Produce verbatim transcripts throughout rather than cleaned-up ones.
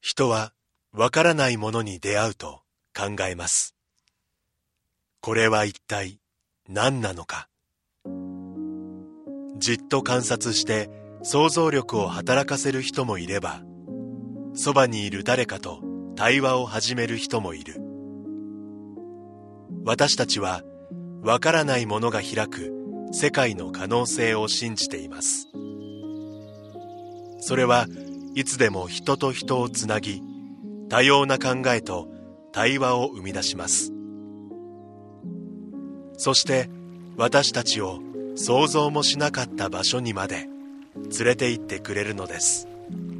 人はわからないものに出会うと考えます。これは一体何なのか。じっと観察して想像力を働かせる人もいれば、そばにいる誰かと対話を始める人もいる。私たちはわからないものが開く世界の可能性を信じています。それはいつでも人と人をつなぎ、多様な考えと対話を生み出します。そして私たちを想像もしなかった場所にまで連れて行ってくれるのです。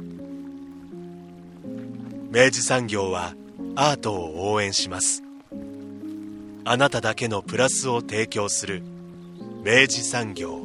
明治産業はアートを応援します。あなただけのプラスを提供する明治産業。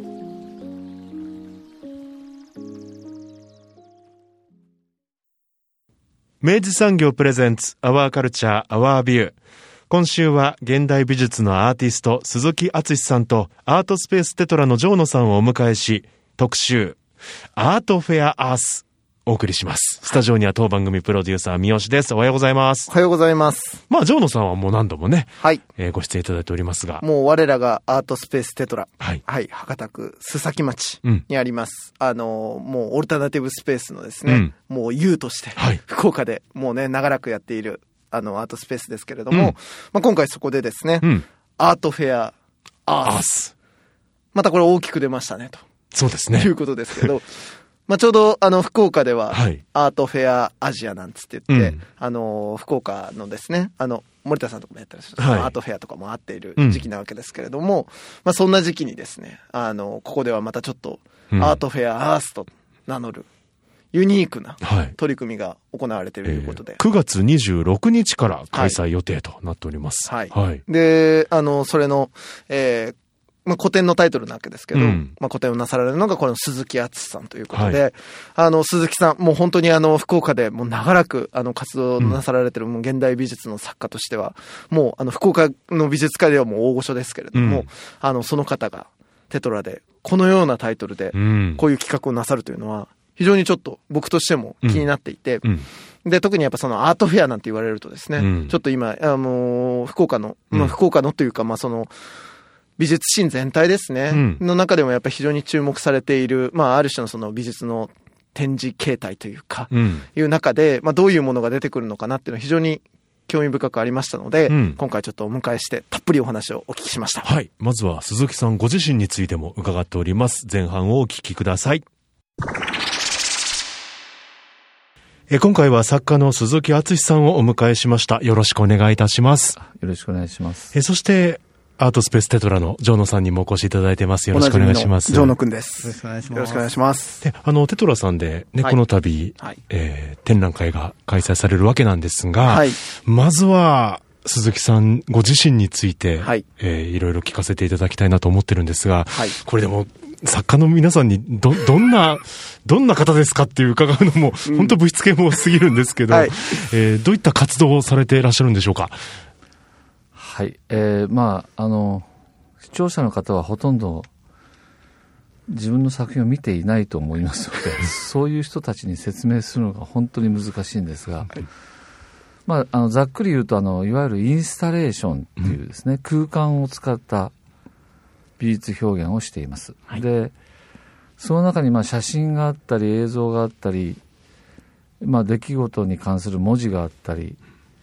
明治産業プレゼンツアワーカルチャーアワービュー。今週は現代美術のアーティスト鈴木敦さんとアートスペーステトラの城野さんをお迎えし、特集アートフェアアースお送りします。スタジオには当番組プロデューサー三好です。おはようございます。 おはようございます。 まあ城野さんはもう何度もね、 はい、 えー、ご出演いただいておりますが、 もう我らがアートスペーステトラ、 はい、 はい、博多区須崎町にあります、うん、あのもうオルタナティブスペースのですね、うん、もう ユー として、はい、福岡でもうね長らくやっているあのアートスペースですけれども、うん、まあ、今回そこでですね、うん、アートフェアアース、またこれ大きく出ましたねと。 そうですね。 いうことですけどまあちょうどあの福岡ではアートフェアアジアなんつって言って、うん、あの福岡のですね、あの森田さんとかもやったりする、はい、アートフェアとかもあっている時期なわけですけれども、うん、まあそんな時期にですね、あのここではまたちょっとアートフェアアースと名乗るユニークな取り組みが行われているということで、 はい、えー、くがつにじゅうろくにちから開催予定となっております。 はい。はい、で、あのそれの、えーまあ、個展のタイトルなわけですけど、うん、まあ、個展をなさられるのがこの鈴木敦さんということで、はい、あの鈴木さんもう本当にあの福岡でもう長らくあの活動なさられてるもう現代美術の作家としては、もうあの福岡の美術界ではもう大御所ですけれども、うん、あのその方がテトラでこのようなタイトルでこういう企画をなさるというのは非常にちょっと僕としても気になっていて、うんうん、で特にやっぱそのアートフェアなんて言われるとですね、うん、ちょっと今あの福岡の、まあ、福岡のというかまあその美術シーン全体ですね、うん、の中でもやっぱり非常に注目されている、まあ、ある種のその美術の展示形態というか、うん、いう中で、まあ、どういうものが出てくるのかなっていうのは非常に興味深くありましたので、うん、今回ちょっとお迎えしてたっぷりお話をお聞きしました。 はい、まずは鈴木さんご自身についても伺っております。前半をお聞きください。え今回は作家の鈴木敦さんをお迎えしました。よろしくお願いいたします。 よろしくお願いします。 えそしてアートスペーステトラの城野さんにもお越しいただいてます。よろしくお願いします。 城野くんです。 よろしくお願いします。 よろしくお願いします。 で、あのテトラさんでね、はい、この度、はい、えー、展覧会が開催されるわけなんですが、はい、まずは鈴木さんご自身について、はい、えー、いろいろ聞かせていただきたいなと思ってるんですが、はい、これでも作家の皆さんにどどんなどんな方ですかっていう伺うのも、うん、本当ぶしつけも過ぎるんですけど、はい、えー、どういった活動をされていらっしゃるんでしょうか。 はい、えー、まああの視聴者の方はほとんど自分の作品を見ていないと思いますのでそういう人たちに説明するのが本当に難しいんですが、はい、まあ、あのざっくり言うとあのいわゆるインスタレーションっていうですね、うん、空間を使った美術表現をしています、はい、でその中にまあ写真があったり映像があったり、まあ、出来事に関する文字があったり、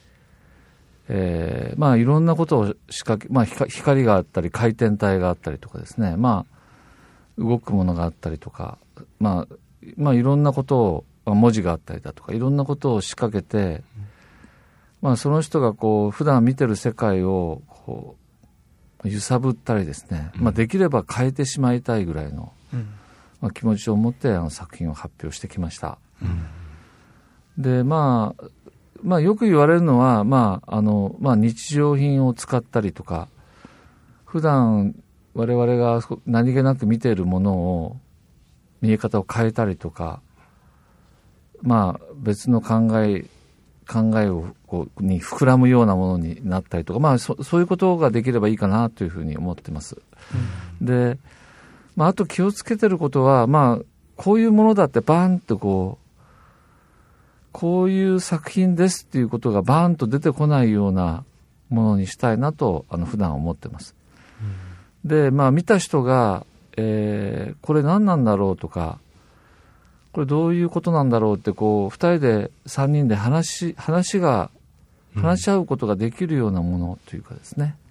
えー、まあいろんなことを仕掛け、まあ、光があったり回転体があったりとかですね、まあ動くものがあったりとか、まあ、まあいろんなことを、文字があったりだとかいろんなことを仕掛けて、まあその人がこう普段見てる世界をこう揺さぶったりですね、まあできれば変えてしまいたいぐらいの、まあ、気持ちを持ってあの作品を発表してきました。で、まあまあ、よく言われるのは、まああのまあ、日常品を使ったりとか普段我々が何気なく見ているものを見え方を変えたりとか、まあ、別の考え考えをこうに膨らむようなものになったりとか、まあ、そ, そういうことができればいいかなというふうに思ってます、うん、で、まあ、あと気をつけてることは、まあ、こういうものだってバーンとこうこういう作品ですっていうことがバーンと出てこないようなものにしたいなとあの普段思ってます、うん、でまあ見た人が、えー、これ何なんだろうとかこれどういうことなんだろうってこうふたりでさんにんで話話が話し合うことができるようなものというかですね、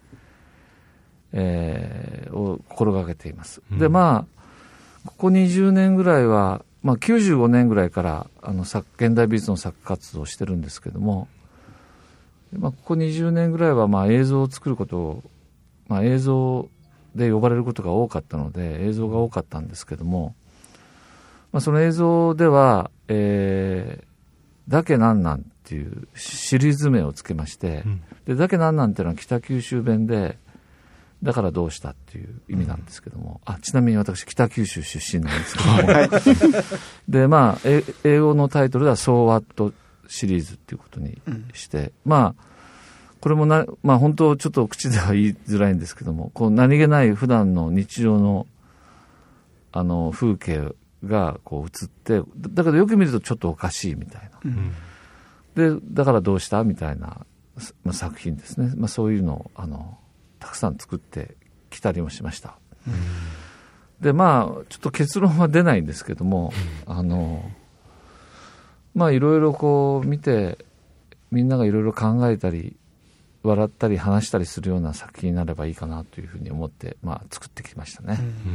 えー、を心がけています、うん、でまあここにじゅうねんぐらいは、まあ、きゅうじゅうごねんぐらいからあの作現代美術の作家活動をしてるんですけども、まあ、ここにじゅうねんぐらいはまあ映像を作ることを、まあ、映像で呼ばれることが多かったので映像が多かったんですけども、まあ、その映像では、えー、だけなんなんっていうシリーズ名をつけまして、うん、でだけなんなんっていうのは北九州弁でだからどうしたっていう意味なんですけども、うん、あちなみに私北九州出身なんですけども、はい、でまあ英語のタイトルでは So What シリーズっていうことにして、うん、まあこれもな、まあ本当ちょっと口では言いづらいんですけどもこう何気ない普段の日常のあの風景がこう映ってだけどよく見るとちょっとおかしいみたいな、うん、でだからどうしたみたいな、まあ、作品ですね、まあ、そういうのをあのたくさん作ってきたりもしました、うん、でまあちょっと結論は出ないんですけども、うん、あのまあいろいろこう見てみんながいろいろ考えたり笑ったり話したりするような作品になればいいかなというふうに思って、まあ、作ってきましたね、うん、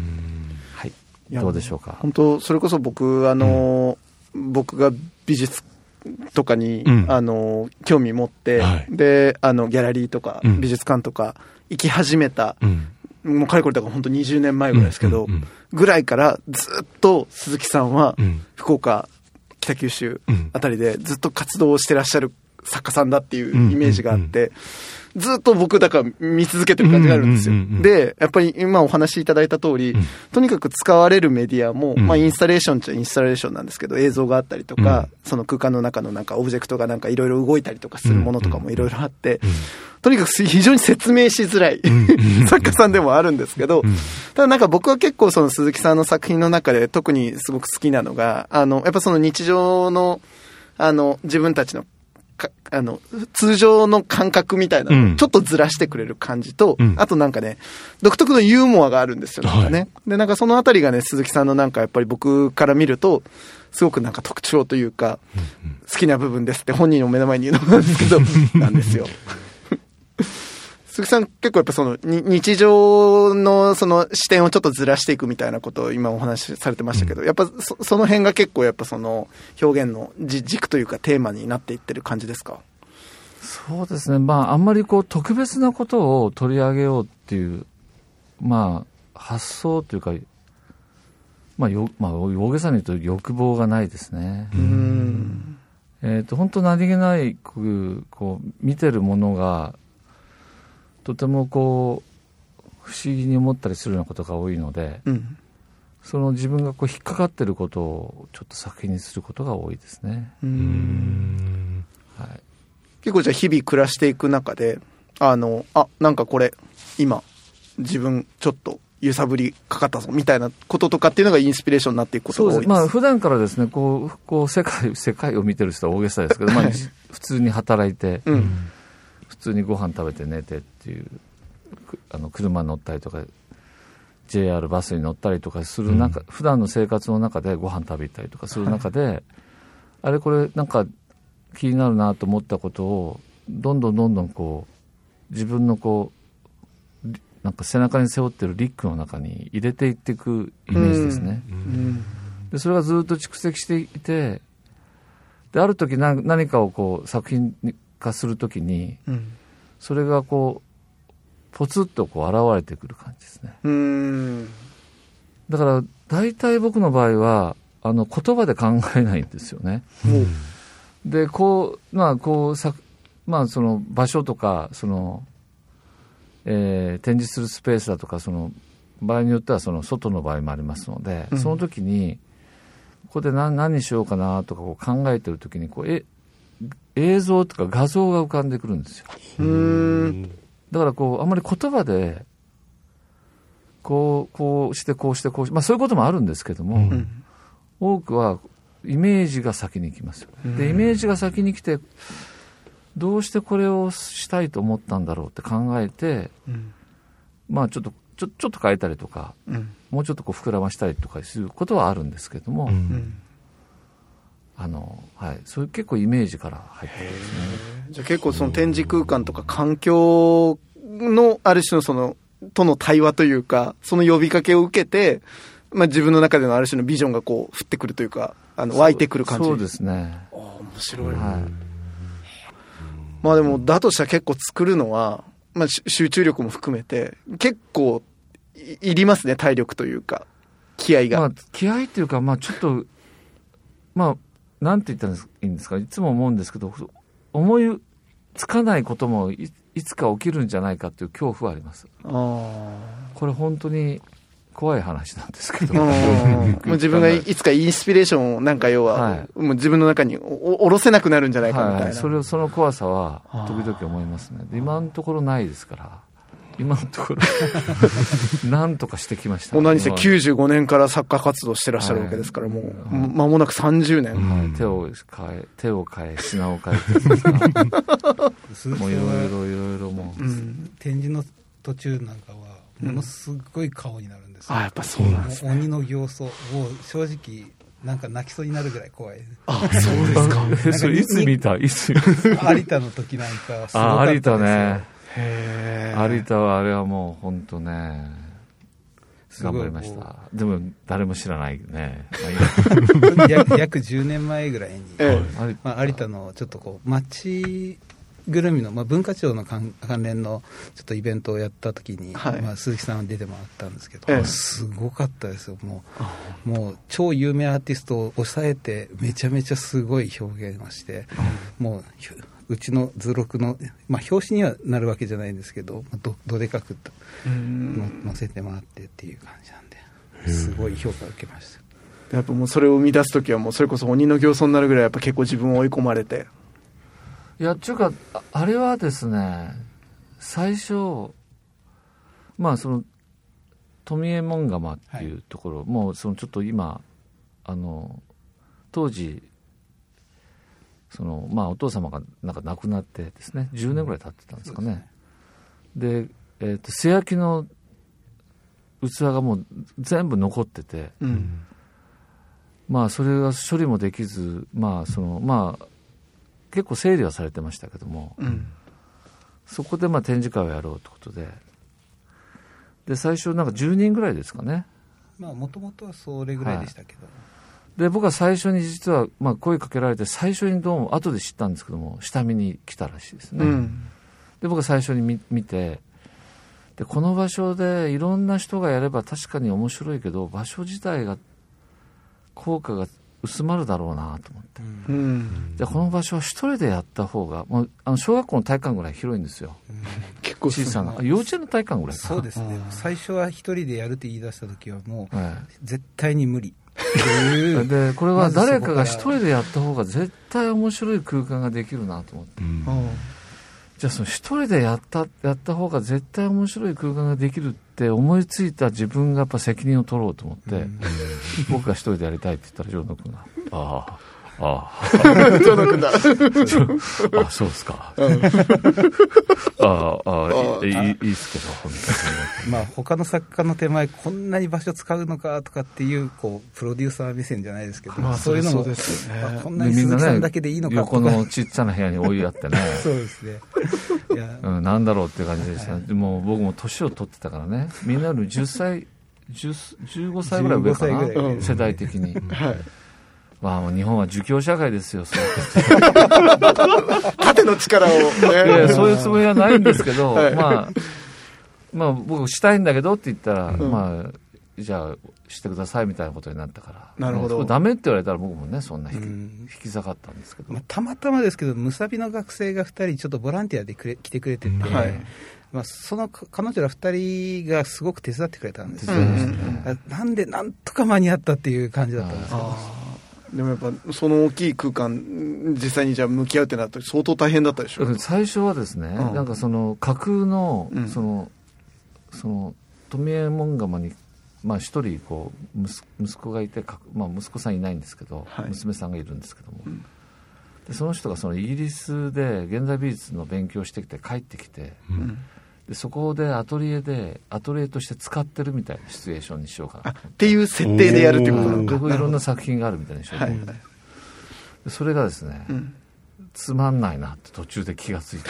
はい、どうでしょうか。 本当それこそ僕あの、うん、僕が美術とかに、うん、あの興味持って、はい、であのギャラリーとか美術館とか行き始めた、うん、もうかれこれだから本当にじゅうねんまえぐらいですけど、うんうんうん、ぐらいからずっと鈴木さんは、うん、福岡北九州あたりでずっと活動をしてらっしゃる作家さんだっていうイメージがあって、うんうんうん、ずっと僕だから見続けてる感じがあるんですよ、うんうんうんうん、でやっぱり今お話しいただいた通り、うん、とにかく使われるメディアも、うん、まあ、インスタレーションっちゃインスタレーションなんですけど映像があったりとか、うん、その空間の中のなんかオブジェクトがなんかいろいろ動いたりとかするものとかもいろいろあって、うんうんうん、とにかく非常に説明しづらい、うん、作家さんでもあるんですけど、うん、ただなんか僕は結構その鈴木さんの作品の中で特にすごく好きなのがあのやっぱその日常のあの自分たちのあの通常の感覚みたいなのをちょっとずらしてくれる感じと、うん、あとなんかね独特のユーモアがあるんですよ、なんかね、はい、でなんかそのあたりがね鈴木さんのなんかやっぱり僕から見るとすごくなんか特徴というか、うんうん、好きな部分ですって本人の目の前に言うのなんですけどなんですよ鈴木さん結構やっぱその日常のその視点をちょっとずらしていくみたいなことを今お話しされてましたけど、うん、やっぱ そ, その辺が結構やっぱその表現の軸というかテーマになっていってる感じですか。 そうですね、まああんまりこう特別なことを取り上げようっていうまあ発想というか、まあよまあ、大げさに言うと欲望がないですね。うーん、えーと本当何気ないこう見てるものがとてもこう不思議に思ったりするようなことが多いので、うん、その自分がこう引っかかってることをちょっと作品にすることが多いですね。うーん、 はい、結構じゃあ日々暮らしていく中であのあなんかこれ今自分ちょっと揺さぶりかかったぞみたいなこととかっていうのがインスピレーションになっていくことが多いです。 そうです、まあ、普段からですねこうこう世界世界を見てる人は大げさですけど、まあ、普通に働いて、うん、普通にご飯食べて寝てっていうあの車に乗ったりとか ジェイアール バスに乗ったりとかする中、うん、普段の生活の中でご飯食べたりとかする中で、はい、あれこれなんか気になるなと思ったことをどんどんどんどんこう自分のこうなんか背中に背負ってるリックの中に入れていっていくイメージですね、うんうん、でそれがずっと蓄積していてである時何、何かをこう作品化するときに、うん、それがこうポツッとこう現れてくる感じですね。うーん、だから大体僕の場合はあの言葉で考えないんですよね、うん、でこうまあこうさまあその場所とかその、えー、展示するスペースだとかその場合によってはその外の場合もありますので、うん、その時にここで 何, 何しようかなとかこう考えてる時にこうえ映像とか画像が浮かんでくるんですよ。うーん、だからこうあんまり言葉でこうこうしてこうしてこうして、まあ、そういうこともあるんですけども、うん、多くはイメージが先に来ますよ、うん、でイメージが先に来てどうしてこれをしたいと思ったんだろうって考えて、うん、まあちょっとちょ、ちょっと変えたりとか、うん、もうちょっとこう膨らましたりとかすることはあるんですけども、うん、あのはい、そういう結構イメージから入ってるんですね。 じゃあ結構その展示空間とか環境のある種のそのとの対話というか、その呼びかけを受けて、まあ、自分の中でのある種のビジョンがこう降ってくるというか、あの湧いてくる感じ。 そうですね。 ああ、面白い、はい。まあでもだとしたら結構作るのは、まあ、集中力も含めて結構 い, いりますね、体力というか気合が、 まあ、気合っていうか、まあ、ちょっとまあなんて言ったらいいんですか、いつも思うんですけど、思いつかないことも い, いつか起きるんじゃないかという恐怖はあります。あ、これ本当に怖い話なんですけどもう自分がいつかインスピレーションをなんか要は、はい、もう自分の中にお下ろせなくなるんじゃないかみたいな、はい、 それをその怖さは時々思いますね。で今のところないですから、今のところなんとかしてきました。 もう何せきゅうじゅうごねんから作家活動してらっしゃるわけですから、はい、もう間もなくさんじゅうねん、 はい、手を変え手を変え品を変えてもういろいろいろいろもう、うん、 展示の途中なんかはものすごい顔になるんですよ、 うん、あ、やっぱそうなんですね。 鬼の形相を正直なんか泣きそうになるぐらい怖い。 あ、そうですか。 え、それいつ見た？いつ見た？有田の時なんかすごかったですよ。 あ、有田ね。へー。有田はあれはもう本当ね、頑張りました。でも誰も知らないね。 約, 約じゅうねんまえぐらいに、ええ、まあ、有田のちょっとこう街ぐるみの、まあ、文化庁の関連のちょっとイベントをやった時に、はい、まあ、鈴木さんは出てもらったんですけど、ええ、すごかったですよ。もう、もう超有名アーティストを抑えてめちゃめちゃすごい表現をして、うん、もううちの図録の、まあ、表紙にはなるわけじゃないんですけど、ど, どでかくと載せてもらってっていう感じなんで、すごい評価を受けました。 やっぱもうそれを生み出すときはもうそれこそ鬼の形相になるぐらいやっぱ結構自分を追い込まれて。 いや、っていうか、あれはですね、最初、まあその富江門窯っていうところ、はい、もうそのちょっと今あの当時そのまあお父様がなんか亡くなってですね、じゅうねんぐらい経ってたんですかね。で、ね、えーと、素焼きの器がもう全部残ってて、うん、まあそれが処理もできず、まあそのまあ結構整理はされてましたけども、うん、そこでまあ展示会をやろうということで、で最初なんかじゅうにんぐらいですかね。 まあもともとはそれぐらいでしたけど、はい、 で僕は最初に実はまあ声かけられて、最初にどうも後で知ったんですけども、下見に来たらしいですね、うん、で僕は最初に 見, 見てでこの場所でいろんな人がやれば確かに面白いけど、場所自体が効果が薄まるだろうなと思って、うん、じゃあこの場所は一人でやった方が、もうあの小学校の体育館ぐらい広いんですよ、うん、結構小さな幼稚園の体育館ぐらいか。 そうですね、最初は一人でやるって言い出した時はもう、はい、絶対に無理でこれは誰かが一人でやった方が絶対面白い空間ができるなと思って、うん、じゃあその一人でやったやった方が絶対面白い空間ができるって思いついた自分がやっぱ責任を取ろうと思って、うん、僕が一人でやりたいって言ったら城野君がああああ城野君だあそうですか、うん、あああいいいいですけど本当にまあ他の作家の手前こんなに場所使うのかとかっていうこうプロデューサー目線じゃないですけど、まあ、そういうのもそうですよね、こんなに鈴木さんだけでいいのかとか、 ね、横のちっちゃな部屋に追いやってねそうですねいや、うん、なんだろうっていう感じでした、はい、でも僕も年を取ってたからね、みんなよりじゅっさいじゅうごさいぐらい上かな、うん、世代的に、はいまあ、もう日本は儒教社会ですよ。 縦の力を、ね、 いやそういうつもりはないんですけど、はい、まあ、まあ僕したいんだけどって言ったら、うん、まあじゃあしてくださいみたいなことになったから、 なるほど。 ダメって言われたら僕もねそんな引き、うん、引き下がったんですけど、 まあ、たまたまですけどむさびの学生がふたりちょっとボランティアでくれ来てくれてて、うんはいまあ、その彼女らふたりがすごく手伝ってくれたんですよ、うん、なんでなんとか間に合ったっていう感じだったんですけど、 でもやっぱその大きい空間実際にじゃあ向き合うってなったら相当大変だったでしょ。 最初はですね、うん、なんかその架空の、うん、そのその富江門窯にまあ、一人こう 息, 息子がいて、まあ、息子さんいないんですけど、はい、娘さんがいるんですけども、うん、でその人がそのイギリスで現代美術の勉強してきて帰ってきて、うん、でそこでアトリエでアトリエとして使ってるみたいなシチュエーションにしようかなっていう設定でやるってことなのか。 いろんな作品があるみたいにしようと思って、はい、でそれがですね、うん、つまんないなって途中で気がついて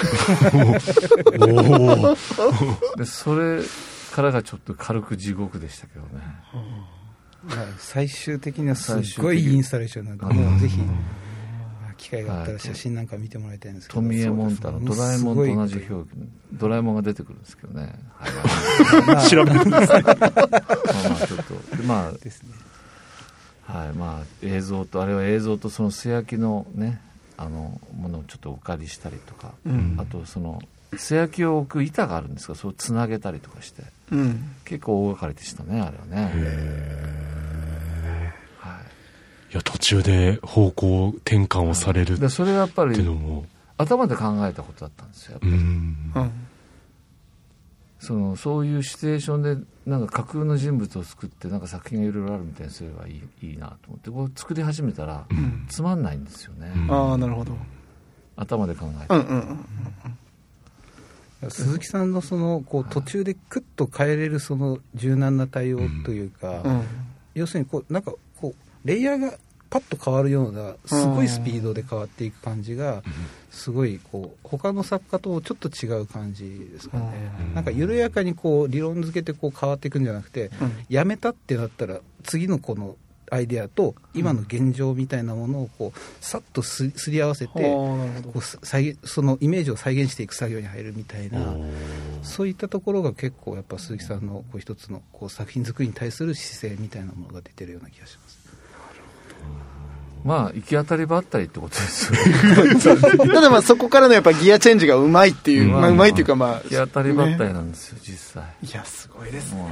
でそれからがちょっと軽く地獄でしたけどね。 まあ、最終的にはすごいインスタレーションなんで、もうぜひ機会があったら写真なんか見てもらいたいんですけど、 富江モンタのドラえもんと同じ表現、ドラえもんが出てくるんですけどね、 はい、調べるんですね。まあまあちょっとまあですね、はい、まあ映像とあれは映像とその素焼きのねあのものをちょっとお借りしたりとか、うん、あとその素焼きを置く板があるんですが、それをつなげたりとかして、うん、結構大掛かりでしたね、あれはね。へー、はい、いや途中で方向転換をされる、はい、 でそれがやっぱり頭で考えたことだったんですよ、やっぱり。うん、そのそういうシチュエーションでなんか架空の人物を作ってなんか作品がいろいろあるみたいにすればいい、いいなと思ってこう作り始めたら、うん、つまんないんですよね。 うん、ああなるほど。 頭で考えて、うんうんうんうん、鈴木さんのそのこう途中でクッと変えれるその柔軟な対応というか、うん、要するにこうなんかこうレイヤーがパッと変わるようなすごいスピードで変わっていく感じがすごいこう他の作家とちょっと違う感じですかね。なんか緩やかにこう理論付けてこう変わっていくんじゃなくて、やめたってなったら次のこのアイデアと今の現状みたいなものをこうさっとすり合わせてこう再そのイメージを再現していく作業に入るみたいな、そういったところが結構やっぱ鈴木さんのこう一つのこう作品作りに対する姿勢みたいなものが出てるような気がします。 まあ行き当たりばったりってことですよただまあそこからのやっぱギアチェンジがうまいっていう、まあまあ、うまいっていうかまあ行き当たりばったりなんですよ、ね、実際。 いやすごいですね。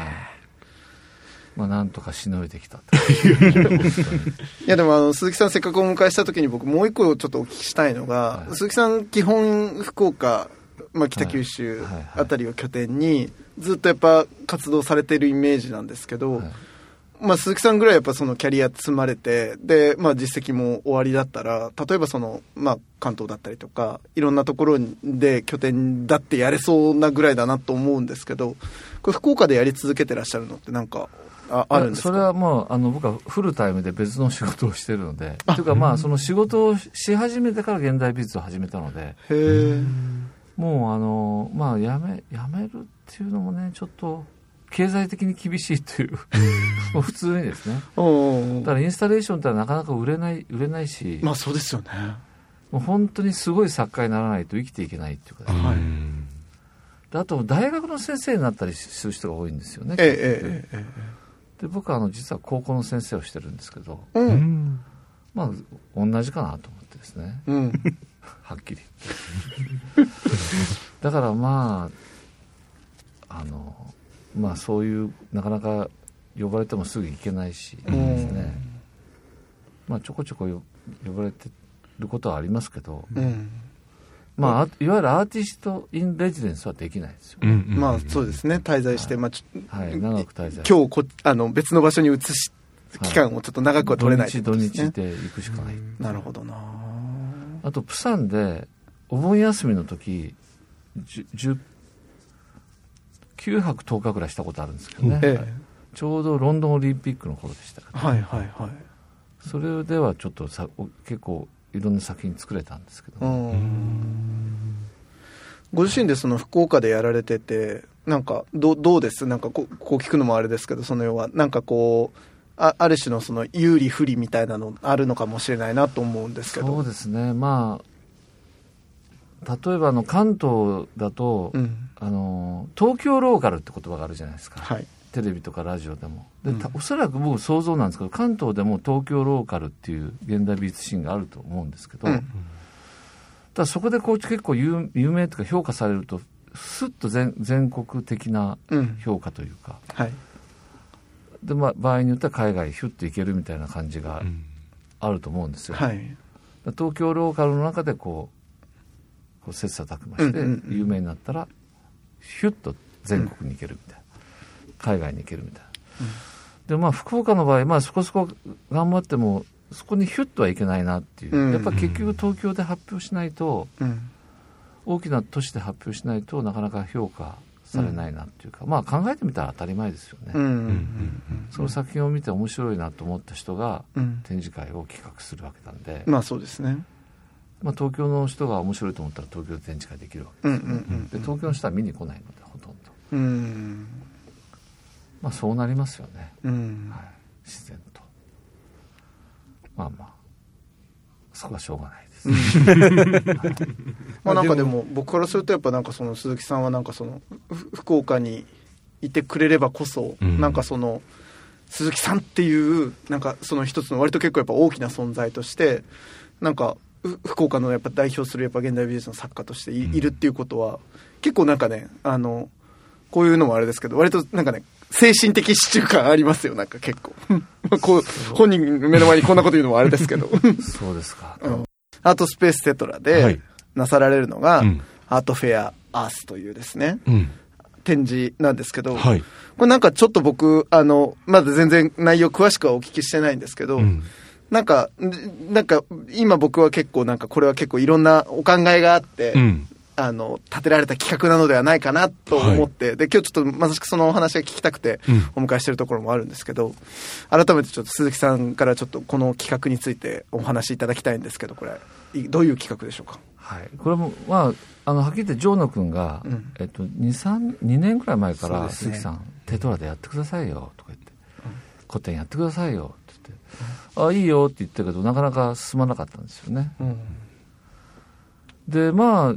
まあ、なんとかしのいできたいやでもあの鈴木さんせっかくお迎えした時に僕もう一個ちょっとお聞きしたいのが、はい、鈴木さん基本福岡、まあ、北九州あたりを拠点にずっとやっぱ活動されているイメージなんですけど、はい、まあ、鈴木さんぐらいやっぱそのキャリア積まれてで、まあ、実績も終わりだったら例えばその、まあ、関東だったりとかいろんなところで拠点だってやれそうなぐらいだなと思うんですけど、これ福岡でやり続けてらっしゃるのってなんかあ, あるんですか？ それはもうあの僕はフルタイムで別の仕事をしているので、というかまあその仕事をし始めてから現代美術を始めたので、へもうあのまあやめやめるっていうのもねちょっと経済的に厳しいというもう普通にですね。だからインスタレーションってなかなか売れない売れないし、 まあそうですよね。 もう本当にすごい作家にならないと生きていけないっていうか、ね、はい。であと大学の先生になったりする人が多いんですよね。ええええええ。で僕はあの実は高校の先生をしてるんですけど、うん、まあ同じかなと思ってですね、うん、はっきりだからまああのまあそういうなかなか呼ばれてもすぐ行けないしですね、うん、まあちょこちょこ呼ばれてることはありますけど、うん、まあ、いわゆるアーティスト・イン・レジデンスはできないですよ、ね、 うんうん、まあそうですね滞在して、はい、まあはい、長く滞在今日こあの別の場所に移し期間をちょっと長くは取れない、 ね、土日土日で行くしかない。 なるほどな。 あとプサンでお盆休みの時きゅうはくとおかぐらいしたことあるんですけどね、ええ、ちょうどロンドンオリンピックの頃でしたから、ね、はいはいはい。それではちょっとさ結構いろんな作品作れたんですけど、ね、 ご自身でその福岡でやられててなんか ど, どうですなんかこう、こう聞くのもあれですけどその要はなんかこう あ, ある種のその有利不利みたいなのあるのかもしれないなと思うんですけど。 そうですね、まあ例えばあの関東だと、うん、あの東京ローカルって言葉があるじゃないですか、はい、テレビとかラジオでもで、うん、おそらく僕想像なんですけど関東でも東京ローカルっていう現代美術シーンがあると思うんですけど、うん、ただそこでこう結構 有, 有名というか評価されるとスッと 全, 全国的な評価というか、うんはいでまあ、場合によっては海外ヒュッと行けるみたいな感じがあると思うんですよ、うんはい、東京ローカルの中でこうこう切磋琢磨して有名になったらヒュッと全国に行けるみたいな、うんうんうん、海外に行けるみたいなでまあ福岡の場合、まあ、そこそこ頑張ってもそこにヒュッとはいけないなっていう、うん、やっぱ結局東京で発表しないと、うん、大きな都市で発表しないとなかなか評価されないなっていうか、うん、まあ考えてみたら当たり前ですよね、うんうんうんうん、その作品を見て面白いなと思った人が展示会を企画するわけなんで、 まあそうですね、 まあ、東京の人が面白いと思ったら東京で展示会できるわけですよね、うんうんうん、で東京の人は見に来ないのでほとんど、うん、まあそうなりますよね、うんはい、自然とまあまあそこはしょうがないです、 まあなんかでも僕からするとやっぱなんかその鈴木さんはなんかその福岡にいてくれればこそ、うん、なんかその鈴木さんっていうなんかその一つの割と結構やっぱ大きな存在としてなんか福岡のやっぱ代表するやっぱ現代美術の作家として い,、うん、いるっていうことは結構なんかねあのこういうのもあれですけど割となんかね精神的支柱感ありますよなんか結構こう本人目の前にこんなこと言うのもあれですけどそうですか、 うん、アートスペーステトラでなさられるのが、はい、アートフェアアースというですね、うん、展示なんですけど、はい、これなんかちょっと僕あのまだ全然内容詳しくはお聞きしてないんですけど、うん、なんかなんか今僕は結構なんかこれは結構いろんなお考えがあって、うんあの立てられた企画なのではないかなと思って、はい、で今日ちょっとまさしくそのお話が聞きたくてお迎えしているところもあるんですけど、うん、改めてちょっと鈴木さんからちょっとこの企画についてお話しいただきたいんですけどこれどういう企画でしょうか。 はい、これもまああのはっきり言って城野くんが、うんえっと、にさんにねんくらい前から、ね、鈴木さんテトラでやってくださいよとか言って、うん、個展やってくださいよって言って、うん、あいいよって言ってるけどなかなか進まなかったんですよね、うん、でまあ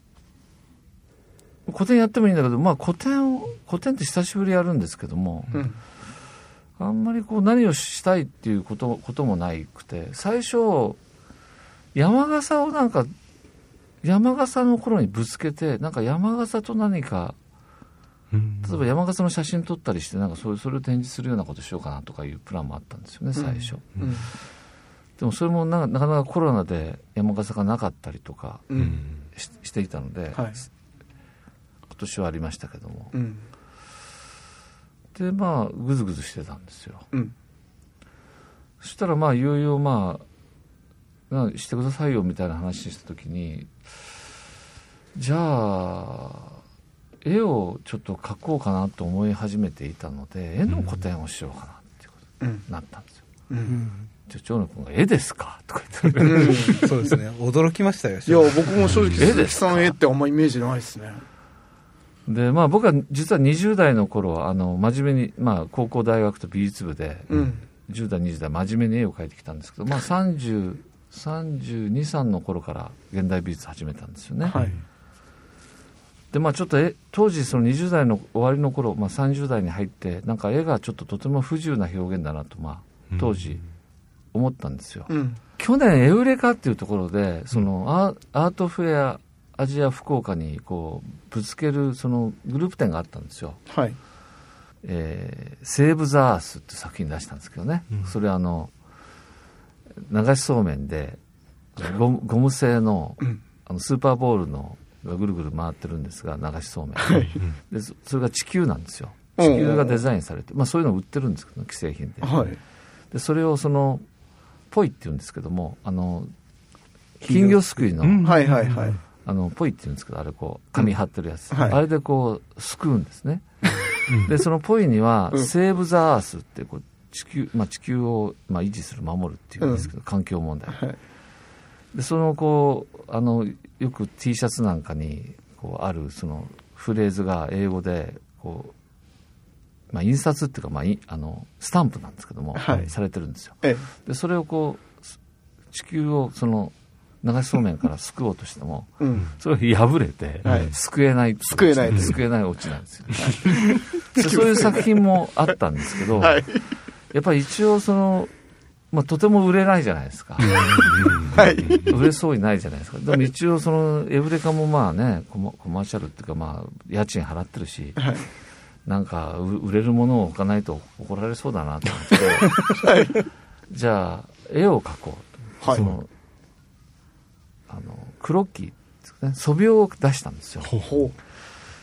個展やってもいいんだけど、まあ、個展を個展って久しぶりやるんですけども、うん、あんまりこう何をしたいっていうことこともないくて最初山笠をなんか山笠の頃にぶつけてなんか山笠と何か、うん、例えば山笠の写真撮ったりしてなんかそれ、それを展示するようなことしようかなとかいうプランもあったんですよね最初、うんうん、でもそれもな、なかなかコロナで山笠がなかったりとか し,、していたので、はい今年はありましたけども、うん、でまあぐずぐずしてたんですよ、うん、そしたらまあいよいよまあなしてくださいよみたいな話した時にじゃあ絵をちょっと描こうかなと思い始めていたので絵の個展をしようかなっていうことになったんですよ、うんうんじゃあ長野君が絵ですかとか言って、うん、 そうですね驚きましたよ。 いや僕も正直鈴木さん絵ってあんまイメージないですね。 でまあ、僕は実はにじゅう代の頃あの真面目に、まあ、高校大学と美術部で、うん、じゅう代にじゅう代真面目に絵を描いてきたんですけど、まあ、さんじゅう、さんじゅうに、さんの頃から現代美術始めたんですよね、はい、でまあちょっとえ当時そのにじゅう代の終わりの頃、まあ、さんじゅう代に入ってなんか絵がちょっととても不自由な表現だなと、まあ、当時思ったんですよ、うん、去年エウレカっていうところでそのアー、アートフェアアジア福岡にこうぶつけるそのグループ展があったんですよ、はいえー、セーブ・ザ・アースって作品出したんですけどね、うん、それはあの流しそうめんでゴム、ゴム製 の,、うん、あのスーパーボールのがぐるぐる回ってるんですが流しそうめん、はい、で そ, それが地球なんですよ。地球がデザインされて、まあ、そういうのを売ってるんですけど既製品で、はい、でそれをそのポイって言うんですけどもあの金魚すくいの、うん、はいはいはいあのポイって言うんですけどあれこう紙貼ってるやつ、うんはい、あれでこうすくうんですねでそのポイには、うん、セーブ・ザ・アースってこう地球、まあ、地球を、まあ、維持する守るっていうんですけど、うん、環境問題、はい、でそのこうあのよく T シャツなんかにこうあるそのフレーズが英語でこう、まあ、印刷っていうか、まあ、あのスタンプなんですけども、はい、されてるんですよ。でそれをこう地球をその流しそうめんから救おうとしても、うん、それが破れて、はい、救えない救えない救えないオチなんですよ、でそういう作品もあったんですけど、はい、やっぱり一応その、まあ、とても売れないじゃないですか、はい、売れそうにないじゃないですか。でも一応そのエブレカもまあねコマ、コマーシャルっていうか、まあ、家賃払ってるし、はい、なんか売れるものを置かないと怒られそうだなと思って、はい、じゃあ絵を描こうと、はい、そのあのクロッキーですね、素描を出したんですよ。ほほ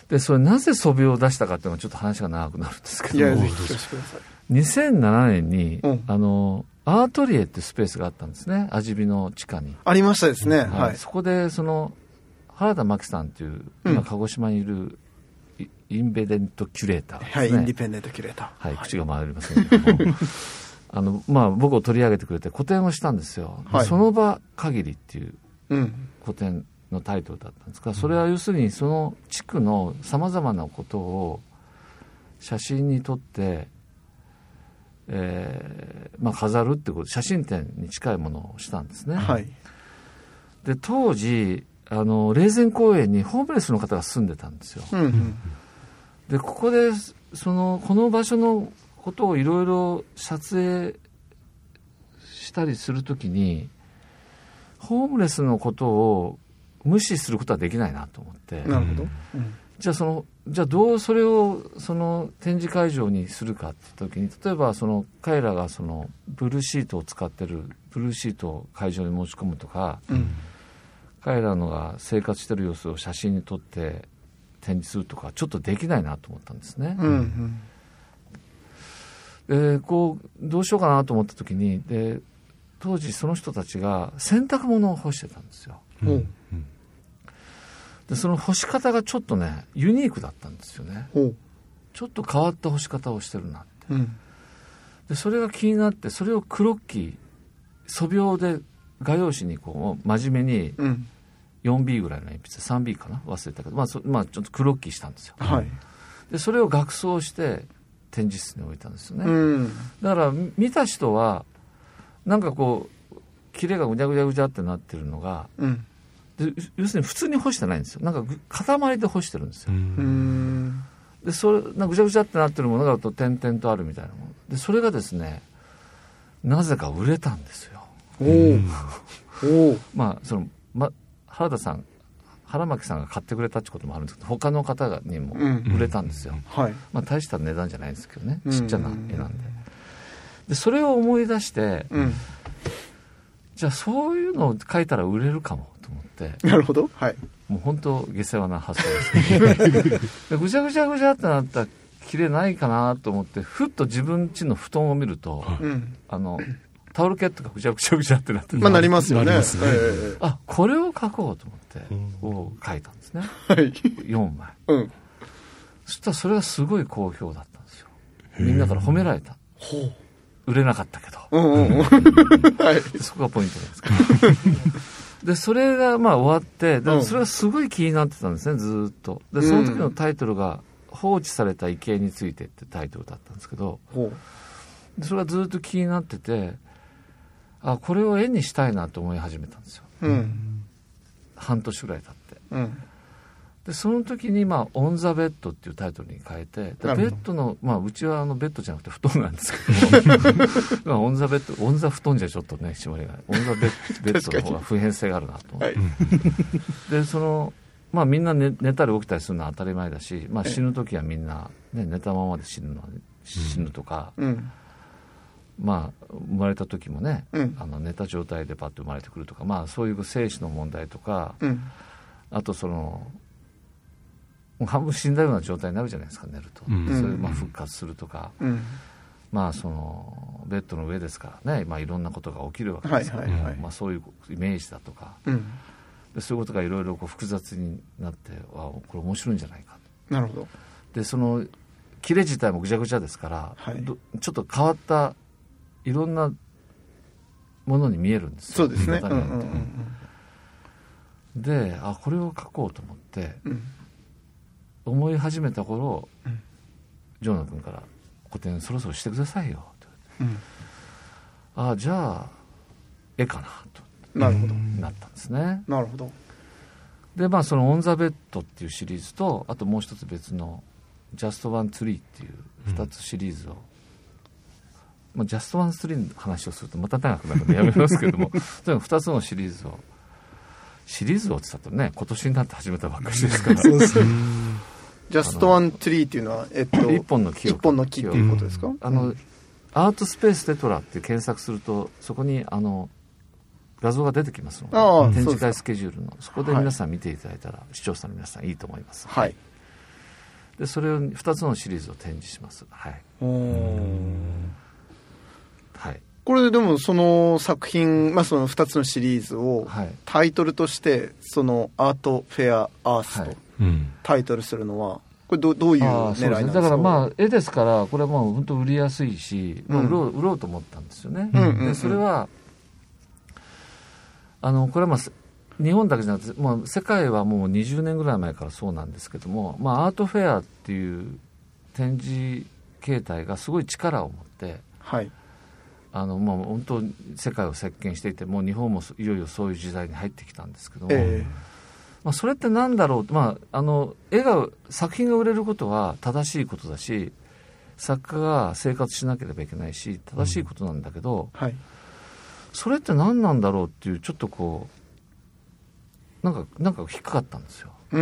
でそれなぜ素描を出したかっていうのはちょっと話が長くなるんですけども、 いやぜひ聞かせてください。 にせんななねんに、 うん、 あのアートリエっていうスペースがあったんですね、味見の地下に。 ありましたですね、はいはい、そこでその原田真紀さんっていう今鹿児島にいる、うん、インベデントキュレーターですね、 はい、インディペンデントキュレーター、はい、口が回りませんけどもあの、まあ、僕を取り上げてくれて個展をしたんですよ、はい、その場限りっていう個展のタイトルだったんですが、それは要するにその地区のさまざまなことを写真に撮って、えーまあ、飾るってこと、写真展に近いものをしたんですね、 はい、 で当時あの霊前公園にホームレスの方が住んでたんですよ、 うんうん、 でここでそのこの場所のことをいろいろ撮影したりするときにホームレスのことを無視することはできないなと思って、 なるほど、うん、 じゃあそのじゃあどうそれをその展示会場にするかって時に、例えばその彼らがそのブルーシートを使ってるブルーシートを会場に持ち込むとか、うん、彼らのが生活してる様子を写真に撮って展示するとかちょっとできないなと思ったんですね、 うんうん、でこうどうしようかなと思った時に、で当時その人たちが洗濯物を干してたんですよ、うん、でその干し方がちょっとねユニークだったんですよね、 うん、 ちょっと変わった干し方をしてるなって、 うん、 でそれが気になって、それをクロッキー素描で画用紙にこう真面目に よんビー ぐらいの鉛筆 さんビー かな忘れたけど、まあそまあ、ちょっとクロッキーしたんですよ、 はい、 でそれを額装して展示室に置いたんですよね、 うん、 だから見た人はなんかこう切れがぐちゃぐちゃぐちゃってなってるのが、 うん、 で要するに普通に干してないんですよ、なんか塊で干してるんですよ、 うん、 でそれなんかぐちゃぐちゃってなってるものがと点々とあるみたいなもので、それがですねなぜか売れたんですよ。 おーおーまあその、ま、原田さん原巻さんが買ってくれたってこともあるんですけど、他の方にも売れたんですよ、 うんはい、 まあ、大した値段じゃないんですけどね、ちっちゃな絵なんで、でそれを思い出して、 うん、 じゃあそういうのを描いたら売れるかもと思って。 なるほど、はい、 もう本当下世話な発想ですでぐちゃぐちゃぐちゃってなったら切れないかなと思って、ふっと自分家の布団を見ると、 うん、 あのタオルケットがぐちゃぐちゃぐちゃってなってる、 まあなりますよね、 なりますね、 えー、 あこれを描こうと思ってこう描いたんですね、 はい、 よんまい、 うん、 そしたらそれがすごい好評だったんですよ。みんなから褒められた。 ほう、 売れなかったけど、 うんうんうんはい、 そこがポイントなんですけどでそれがまあ終わってでそれがすごい気になってたんですね、ずっと。でその時のタイトルが、うん、放置された池江についてってタイトルだったんですけど、 ほうでそれがずっと気になってて、あこれを絵にしたいなと思い始めたんですよ、 うん、 半年ぐらい経って、 うん、でその時に、まあ、オン・ザ・ベッドっていうタイトルに変えて、ベッドの、まあ、うちはあのベッドじゃなくて布団なんですけどまあ、オン・ザ・ベッド、オン・ザ・布団じゃちょっとね締まりがない、オン・ザ・ベッベッドの方が普遍性があるなと思って、はい、でそのまあみんな 寝, 寝たり起きたりするのは当たり前だし、まあ、死ぬ時はみんな、ね、寝たままで死ぬの死ぬとか、 うん、 まあ、生まれた時もね、 うん、 あの寝た状態でパッと生まれてくるとか、まあ、そういう生死の問題とか、 うん、 あとその半分死んだような状態になるじゃないですか、寝ると、うん、それまあ復活するとか、 うん、 まあ、そのベッドの上ですからね、まあ、いろんなことが起きるわけですけど、はいはいはい、まあ、そういうイメージだとか、 うん、 でそういうことがいろいろ複雑になって、あこれ面白いんじゃないか。 なるほど。 でその切れ自体もぐちゃぐちゃですから、 はい、 ちょっと変わったいろんなものに見えるんですよ。 そうですね、 うんうんうんうん、であこれを書こうと思って、うん、思い始めた頃、うん、ジョーナ君から個展そろそろしてくださいよと、うん、あじゃあ絵かなとなるほどなったんですね。 なるほど。 でまあそのオン・ザ・ベッドっていうシリーズと、あともう一つ別のジャスト・ワン・ツリーっていうふたつシリーズを、うんまあ、ジャスト・ワン・ツリーの話をするとまた長くなるのでやめますけれどもとにかくふたつのシリーズをシリーズをって言ったらね今年になって始めたばっかりですからそうですねジャスト・ワン・ツリーっていうのは、えっと、 一本の木を一本の木っていうことですか。 あの、うん、アートスペーステトラって検索するとそこにあの画像が出てきますので、展示会スケジュールのそこで皆さん見ていただいたら、はい、視聴者の皆さんいいと思います。 はい。 でそれをふたつのシリーズを展示します。はい。はい。 これでもその作品、まあ、そのふたつのシリーズをタイトルとしてそのアートフェアアースとタイトルするのはこれ ど, どういう狙いなんですか？ ですね、だからまあ絵ですからこれはもう本当売りやすいし、うん、売ろう売ろうと思ったんですよね、うんうんうん、でそれはあのこれはまあ日本だけじゃなくて、まあ、世界はもうにじゅうねんぐらい前からそうなんですけども、まあ、アートフェアっていう展示形態がすごい力を持って、はい、あのまあ、本当世界を席巻していてもう日本もいよいよそういう時代に入ってきたんですけども、えーまあ、それって何だろうと、まあ、あの絵が作品が売れることは正しいことだし作家が生活しなければいけないし正しいことなんだけど、うんはい、それって何なんだろうっていうちょっとこうなんかなんか引っかかったんですよ、うん、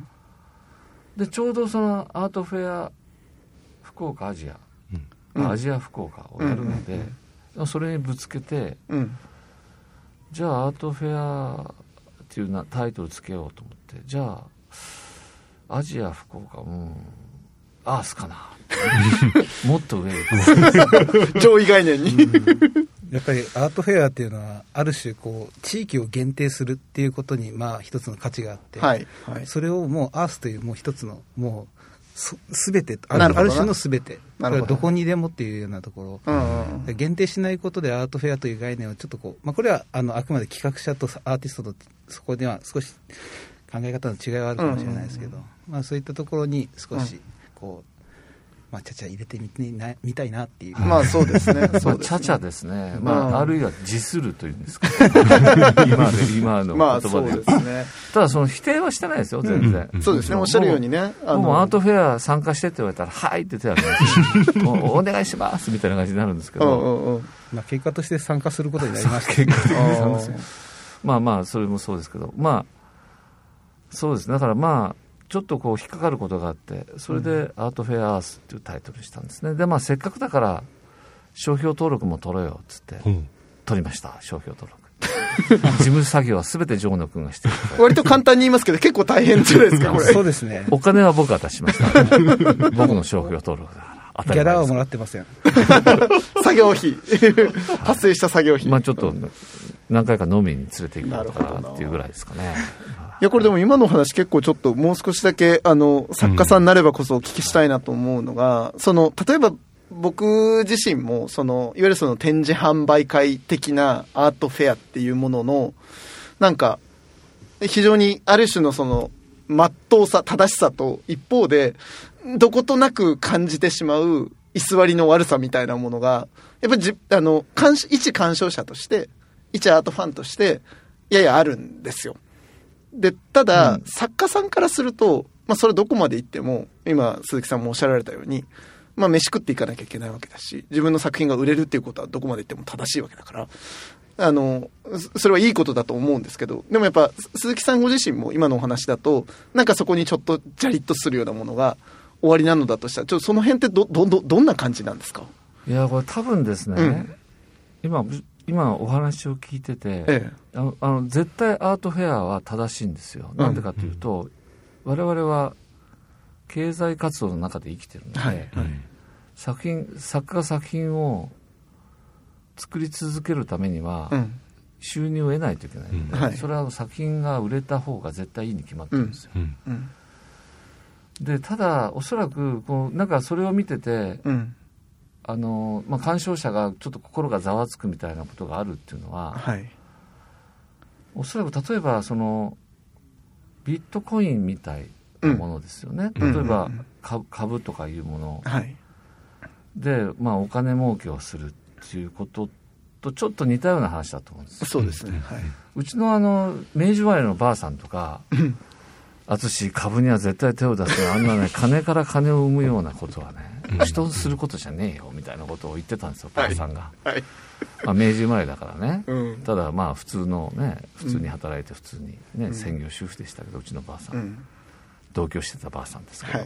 でちょうどそのアートフェア福岡アジア、うん、アジア福岡をやるので、うん、それにぶつけて、うん、じゃあアートフェアっていうなタイトルつけようと思ってじゃあアジア福岡うんアースかなもっと上上位概念に、うん、 やっぱりアートフェアっていうのはある種こう地域を限定するっていうことにまあ一つの価値があって、はいはい、それをもうアースというもう一つのもうすべてある、ある種のすべてど, どこにでもっていうようなところ、うんうん、限定しないことでアートフェアという概念をちょっとこう、まあ、これは あ, のあくまで企画者とアーティストとそこでは少し考え方の違いはあるかもしれないですけど、うんうんうんまあ、そういったところに少しこう、まあ、ちゃちゃ入れて み, なみたいなっていうまあそうですねまあ、ちゃちゃですね、まあ、あるいは自するというんですか今, 今の言葉で、まあそうですね、ただその否定はしてないですよ全然、 うん、そうですねおっしゃるようにねあのもうアートフェア参加してって言われたらはいって手を挙げますお, お願いしますみたいな感じになるんですけど、うんうんうんまあ、結果として参加することになりました結果として参加するまあまあそれもそうですけどまあそうですねだからまあちょっとこう引っかかることがあってそれでアートフェアアースっていうタイトルにしたんですねでまあせっかくだから商標登録も取ろうよっつって、うん、取りました商標登録事務作業は全て城野君がしてる割と簡単に言いますけど結構大変じゃないですかこれそうですねお金は僕が出しました僕の商標登録だからギャラはもらってません作業費発生した作業費まあちょっと何回か飲みに連れて行こうとかっていうぐらいですかねいやこれでも今の話結構ちょっともう少しだけあの作家さんになればこそお聞きしたいなと思うのが、うん、その例えば僕自身もそのいわゆるその展示販売会的なアートフェアっていうもののなんか非常にある種のその真っ当さ正しさと一方でどことなく感じてしまう居座りの悪さみたいなものがやっぱりじあの一鑑賞者として一アートファンとしてややあるんですよ。でただ、うん、作家さんからすると、まあ、それどこまで行っても今鈴木さんもおっしゃられたように、まあ、飯食っていかなきゃいけないわけだし自分の作品が売れるっていうことはどこまで行っても正しいわけだからあのそれはいいことだと思うんですけどでもやっぱ鈴木さんご自身も今のお話だとなんかそこにちょっとジャリッとするようなものが終わりなのだとしたらちょっとその辺って ど, ど, ど, どんな感じなんですか？ いやこれ多分ですね、うん、今今お話を聞いてて、ええ、あのあの絶対アートフェアは正しいんですよ、うん、なんでかというと、うん、我々は経済活動の中で生きてるので、はいはい、作品作家が作品を作り続けるためには、うん、収入を得ないといけないので、うんはい、それは作品が売れた方が絶対いいに決まってるんですよ、うんうん、でただおそらくこうなんかそれを見てて、うんあのまあ、鑑賞者がちょっと心がざわつくみたいなことがあるっていうのは、はい、おそらく例えばそのビットコインみたいなものですよね、うん、例えば、うん、株, 株とかいうもの、はい、で、まあ、お金儲けをするっていうこととちょっと似たような話だと思うんですよ。 そうですね、はい、 うちのあの明治生まれのばあさんとか淳株には絶対手を出すのあんなね金から金を生むようなことはね人することじゃねえよみたいなことを言ってたんですよばあさんが、はいはいまあ、明治生まれだからね、うん、ただまあ普通のね普通に働いて普通にね、うん、専業主婦でしたけどうちのばあさん、うん、同居してたばあさんですけど、はい、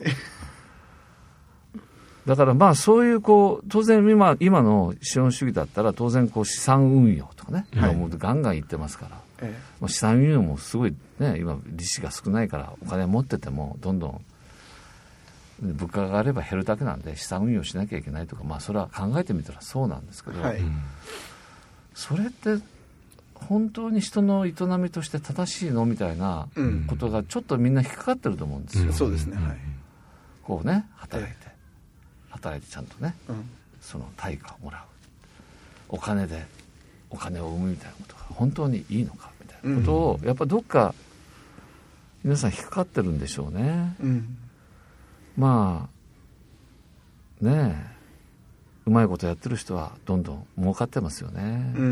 だからまあそういうこう当然 今, 今の資本主義だったら当然こう資産運用とかね、はい、もうガンガン言ってますから、ええまあ、資産運用もすごいね今利子が少ないからお金持っててもどんどん物価が上がれば減るだけなんで資産運用しなきゃいけないとか、まあ、それは考えてみたらそうなんですけど、はい、それって本当に人の営みとして正しいのみたいなことがちょっとみんな引っかかってると思うんですよ、 うん、そうですね、はい、 こうね働いて、働いてちゃんとね、うん、その対価をもらう、お金でお金を生むみたいなことが本当にいいのかみたいなことを、うん、やっぱどっか皆さん引っかかってるんでしょうね、うん、まあねえうまいことやってる人はどんどん儲かってますよね、うん、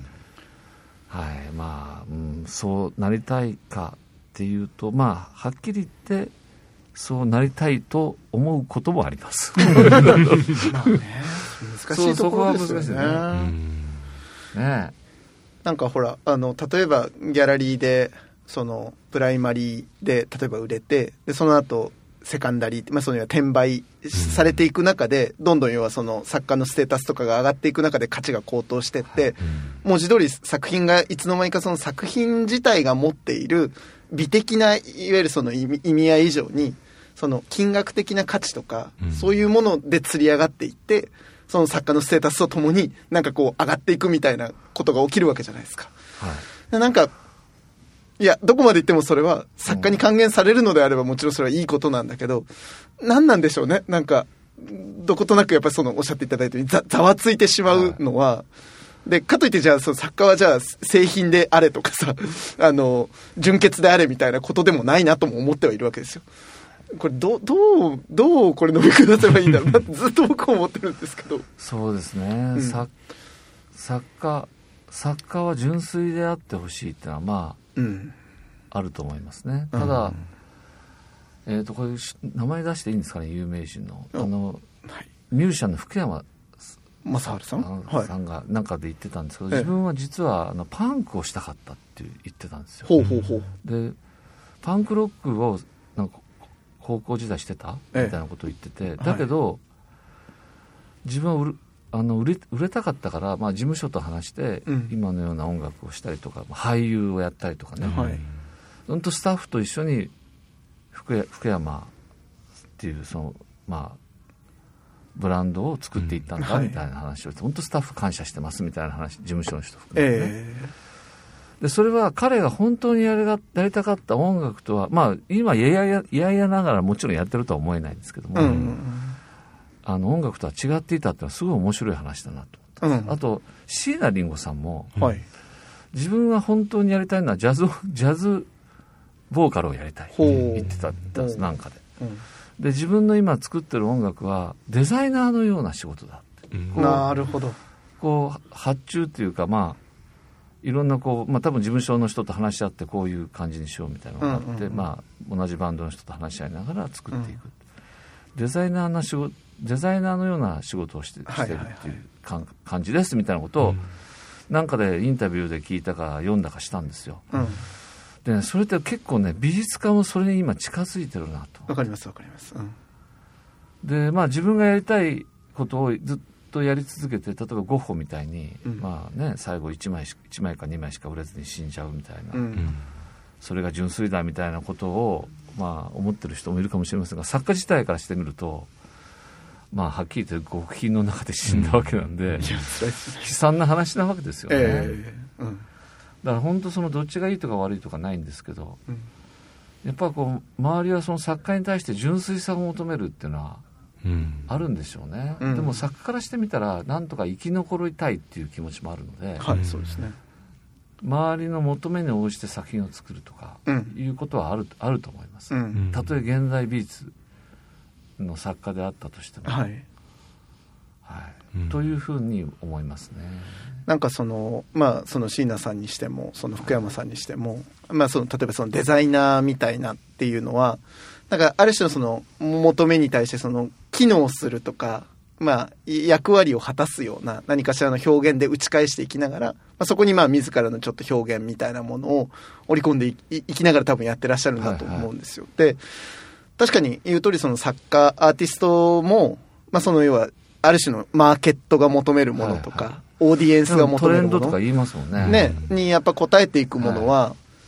はいまあ、うん、そうなりたいかっていうとまあはっきり言ってそうなりたいと思うこともありますまあね難しいところですよね。そうそこは難しいね、うん、ねなんかほらあの例えばギャラリーでそのプライマリーで例えば売れてでその後セカンダリー、まあ、その転売されていく中で、うん、どんどん要はその作家のステータスとかが上がっていく中で価値が高騰していって、うん、文字通り作品がいつの間にかその作品自体が持っている美的ないわゆるその意味、意味合い以上にその金額的な価値とか、うん、そういうもので釣り上がっていってその作家のステータスとともになんかこう上がっていくみたいなことが起きるわけじゃないですか、はい、なんかいやどこまで行ってもそれは作家に還元されるのであればもちろんそれはいいことなんだけど、何なんでしょうね、なんかどことなくやっぱりそのおっしゃっていただいたように ざ, ざわついてしまうのは、はい、でかといってじゃあその作家はじゃあ製品であれとかさあの純潔であれみたいなことでもないなとも思ってはいるわけですよ。これどどうどうこれ飲み下せばいいんだろうなってずっと僕は思ってるんですけど。 そうですね、うん、作, 作家作家は純粋であってほしいっていうのはまあ、うん、あると思いますね。ただ、うんえー、とこういう名前出していいんですかね、有名人のあの、はい、ミュージシャンの福山雅治さん、 はい、さんがなんかで言ってたんですけど、自分は実はあのパンクをしたかったって言ってたんですよ。 ほうほうほう。 でパンクロックをなんか高校時代してたみたいなことを言ってて、ええ、だけど、はい、自分は売るあの売れ、売れたかったから、まあ、事務所と話して、うん、今のような音楽をしたりとか俳優をやったりとかね、はい、本当スタッフと一緒に福, 福山っていうその、まあ、ブランドを作っていったんだみたいな話をして、うんはい、本当スタッフ感謝してますみたいな話、事務所の人含めてね、えー、でそれは彼が本当にやりがやりたかった音楽とは、まあ、今いやいやいやいやながらもちろんやってるとは思えないんですけども、うん、あの音楽とは違っていたっていうのはすごい面白い話だなと思った、うん、あと椎名林檎さんも、はい、自分は本当にやりたいのはジャズジャズボーカルをやりたいって言ってたんです、なんかで、うん、で自分の今作ってる音楽はデザイナーのような仕事だって、 うん、なるほど。 こう発注っていうか、まあいろんなこう、まあ、多分事務所の人と話し合ってこういう感じにしようみたいなのがあって、うんうんうん、まあ、同じバンドの人と話し合いながら作っていく、うん、デザイナーな仕事デザイナーのような仕事をして、してるっていうか感じですみたいなことを、うん、なんかでインタビューで聞いたか読んだかしたんですよ、うん、でね、それって結構ね美術家もそれに今近づいてるなと。 わかりますわかります、うん、 でまあ自分がやりたいことをずっとやり続けて、例えばゴッホみたいに、うん、まあね、最後いちまいしいちまいかにまいしか売れずに死んじゃうみたいな、うん、それが純粋だみたいなことをまあ思ってる人もいるかもしれませんが、作家自体からしてみるとまあはっきり言って極貧の中で死んだわけなんで、うん、悲惨な話なわけですよね、えーうん、だから本当そのどっちがいいとか悪いとかないんですけど、うん、やっぱこう周りはその作家に対して純粋さを求めるっていうのはあるんでしょうね、うん、でも作家からしてみたらなんとか生き残りたいっていう気持ちもあるので、 はい、そうですね、 周りの求めに応じて作品を作るとかいうことはある、あると思います、うん、たとえ現代美術の作家であったとしても、はいはい、うん、というふうに思いますね。 なんかそのまあその椎名さんにしてもその福山さんにしても、まあその例えばそのデザイナーみたいなっていうのはなんかある種のその求めに対してその機能するとか、まあ役割を果たすような何かしらの表現で打ち返していきながら、まあ、そこにまあ自らのちょっと表現みたいなものを織り込んで い, いきながら多分やってらっしゃるんだと思うんですよ、はいはい、で確かに言う通りその作家アーティストも、まあ、その要はある種のマーケットが求めるものとか、はいはい、オーディエンスが求めるものトレンドとか言いますもんね、 ねにやっぱ応えていくものは、はい、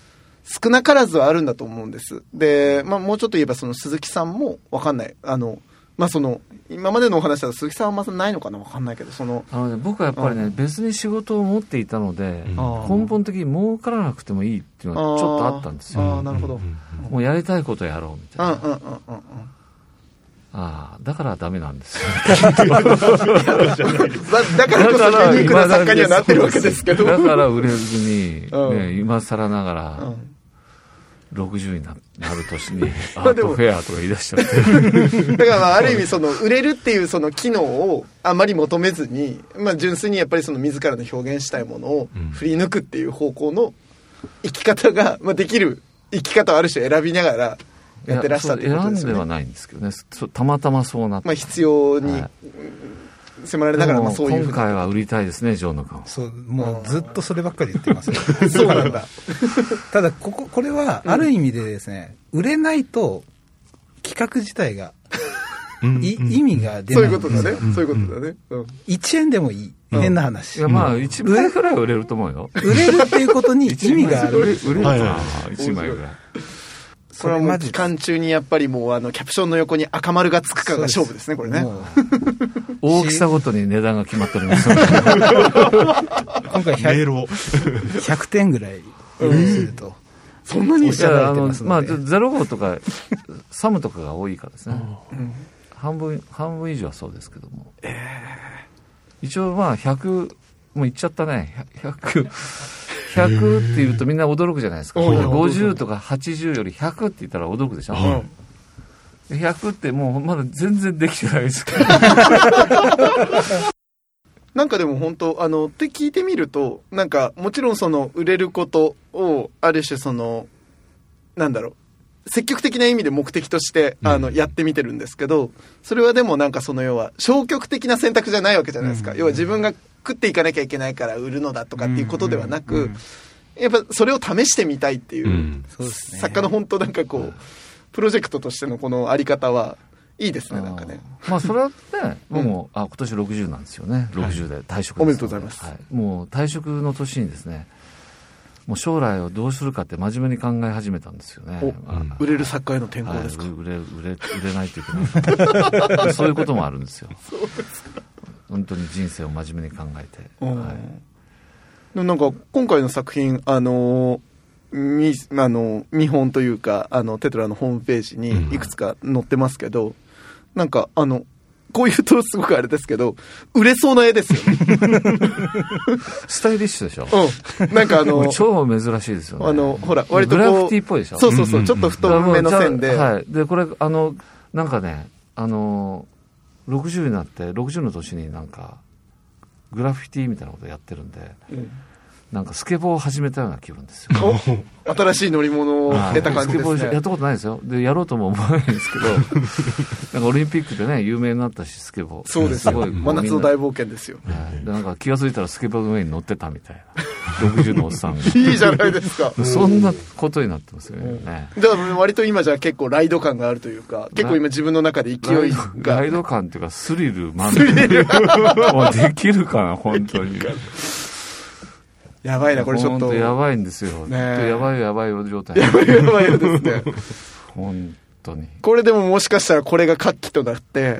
少なからずはあるんだと思うんです。で、まあ、もうちょっと言えばその鈴木さんもわかんない。あの、まあ、その、今までのお話だと鈴木さんはまずないのかなわかんないけど、その。 あのね、僕はやっぱりね、うん、別に仕事を持っていたので、うん、根本的に儲からなくてもいいっていうのはちょっとあったんですよ。 ああ、なるほど。 もうやりたいことやろうみたいな。 うんうんうんうんうん。 ああ、だからダメなんですよ。 だからこそユニークな作家にはなってるわけですけど。 だから売れずに、ね、今更ながら、うんろくじゅうになる年にアートフェアとか言い出しちゃってだからまあある意味その売れるっていうその機能をあまり求めずに、まあ、純粋にやっぱりその自らの表現したいものを振り抜くっていう方向の生き方が、まあ、できる生き方をある種選びながらやってらしたっていうことですよね。 選んではないんですけどね、たまたまそうなって、 まあ、必要に、はい迫られながら、まあそういう今回は売りたいですね、ジョーノ君。 そう、もうずっとそればっかり言ってますよ。そうなんだ。ただこここれはある意味でですね、うん、売れないと企画自体が、うん、い意味が出ないんですよ。 そういうことだね。そういうことだね。うん、 いちえんでもいい。変な話。 いやまあいちまいぐらいは売れると思うよ。 売れるっていうことに意味がある。 売れるかな、いちまいぐらい。 これはもう期間中にやっぱりもうあのキャプションの横に赤丸がつくかが勝負ですね、これね。 大きさごとに値段が決まっております。 今回ひゃくてんぐらい用意すると、うん、 そんなにおっしゃられてますので、 まあゼロ号とかサムとかが多いからですね。うん、半分半分以上はそうですけども。えー、一応まあひゃくもういっちゃったね。ひゃくひゃくって言うとみんな驚くじゃないですか。ごじゅうとかはちじゅうよりひゃくって言ったら驚くでしょ。うん、ひゃくってもうまだ全然できてないですからなんかでも本当あのって聞いてみると、なんかもちろんその売れることをある種そのなんだろう積極的な意味で目的としてあの、うん、やってみてるんですけど、それはでもなんかその要は消極的な選択じゃないわけじゃないですか。うん、要は自分が食っていかなきゃいけないから売るのだとかっていうことではなく、うんうんうん、やっぱそれを試してみたいっていう、うん、作家の本当なんかこう、うん、プロジェクトとしてのこのあり方はいいですね。なんかね、 まあそれはね僕も、うん、あ今年ろくじゅうなんですよね。ろくじゅうで退職です、 おめでとうございます、 はい、もう退職の年にですね、もう将来をどうするかって真面目に考え始めたんですよね。 まあ、売れる作家への転向ですか。 はい、売れ売れ売れないといけないそういうこともあるんですよ。 そうですか。 本当に人生を真面目に考えて、はい、 でもなんか今回の作品あのみあの見本というかあのテトラのホームページにいくつか載ってますけど、うん、なんかあのこういうとすごくあれですけど売れそうな絵ですよねスタイリッシュでしょ。 うん、なんかあの超珍しいですよね。 あのほら割とこうグラフィティっぽいでしょ。 そうそうそう、うんうん、ちょっと太めの線で、 はい、でこれあのなんかねあのろくじゅうになってろくじゅうの年になんかグラフィティみたいなことやってるんで、うん、なんかスケボーを始めたような気分ですよ。 新しい乗り物を得た感じですね。 スケボーやったことないですよ。でやろうとも思わないんですけどなんかオリンピックでね有名になったしスケボー。 そうですよ。真夏の大冒険ですよ。 はい、でなんか気が付いたらスケボーの上に乗ってたみたいなろくじゅうのおっさんがいいじゃないですか。 そんなことになってますよね。 だから割と今じゃ結構ライド感があるというか、結構今自分の中で勢いがライド感っていうかスリル満点できるかな本当に。 やばいなこれちょっとやばいんですよ、ね、やばいやばい状態やばいやばいよですね本当に。 これでももしかしたらこれが活気となって、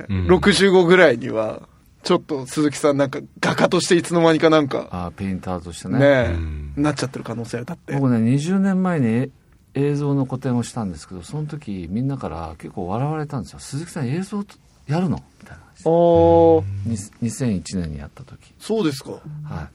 うん、ろくじゅうごぐらいにはちょっと鈴木さんなんか画家としていつの間にかなんかあペインターとしてねね、うん、なっちゃってる可能性がだって。 僕ねにじゅうねんまえに映像の個展をしたんですけど、その時みんなから結構笑われたんですよ。鈴木さん映像やるのみたいな話。 おにせんいちねんにやった時。 そうですか。 はい。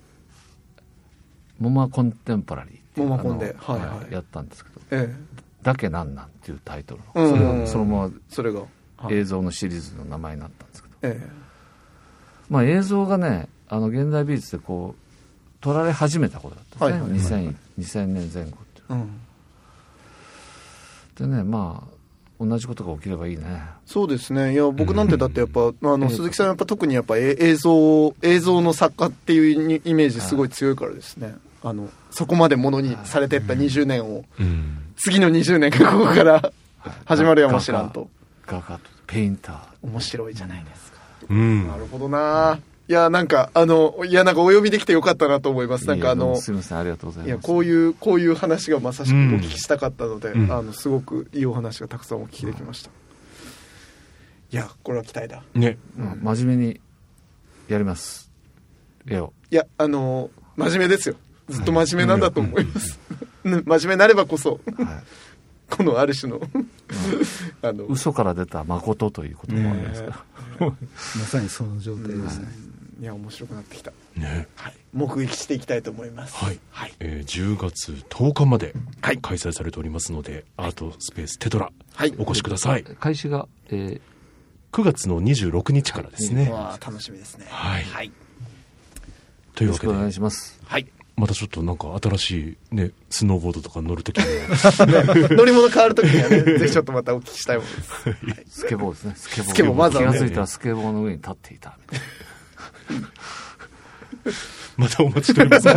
モマコンテンポラリーっていうモマコンで、はいはい、 やったんですけど、 ええ、 だけなんなんっていうタイトルの、それがそのままそれが映像のシリーズの名前になったんですけど、 ええ、 まあ映像がねあの現代美術でこう撮られ始めたことだったんですね、はいはいはい、にせんねんぜん後って、うん、でねまあ同じことが起きればいいね。 そうですね。いや僕なんてだってやっぱ、うん、あの鈴木さんやっぱ特にやっぱ映像映像の作家っていうイメージすごい強いからですね。あのそこまでものにされてったにじゅうねんを、うん、次のにじゅうねんがここから始まるやもしらんと。 画家とペインター面白いじゃないですか。 うん、 なるほどな。 いや、なんか、あの、いや、なんかお呼びできてよかったなと思います。なんかあの、 すみません、ありがとうございます。いや、 こういう、こういう話がまさしくお聞きしたかったので、うん、あの、すごくいいお話がたくさんお聞きできました。いや、これは期待だ。 ね。うん、真面目にやります。絵を。 いや、あの、真面目ですよ。ずっと真面目なんだと思います。はい、真面目になればこそ、はい、このある種の、 あの、嘘から出た誠ということもありますから。 まさにその状態ですね。 いや、面白くなってきた。 ね。 はい。目撃していきたいと思います。 はい。はい。えー、じゅうがつとおかまで開催されておりますので、はい、アートスペーステトラ、はい、お越しください。 開始が、えー、 くがつのにじゅうろくにちからですね。 わあ、楽しみですね。 はい。 はい。 というわけで、よろしくお願いします。 はい。 またちょっとなんか新しいね、スノーボードとか乗るときに乗り物変わるときにはね、ぜひちょっとまたお聞きしたいものです。はい、 スケボーですね。スケボー。 スケボー、まずは、ね、 気がついたらスケボーの上に立っていたみたいな。 またお待ちしております。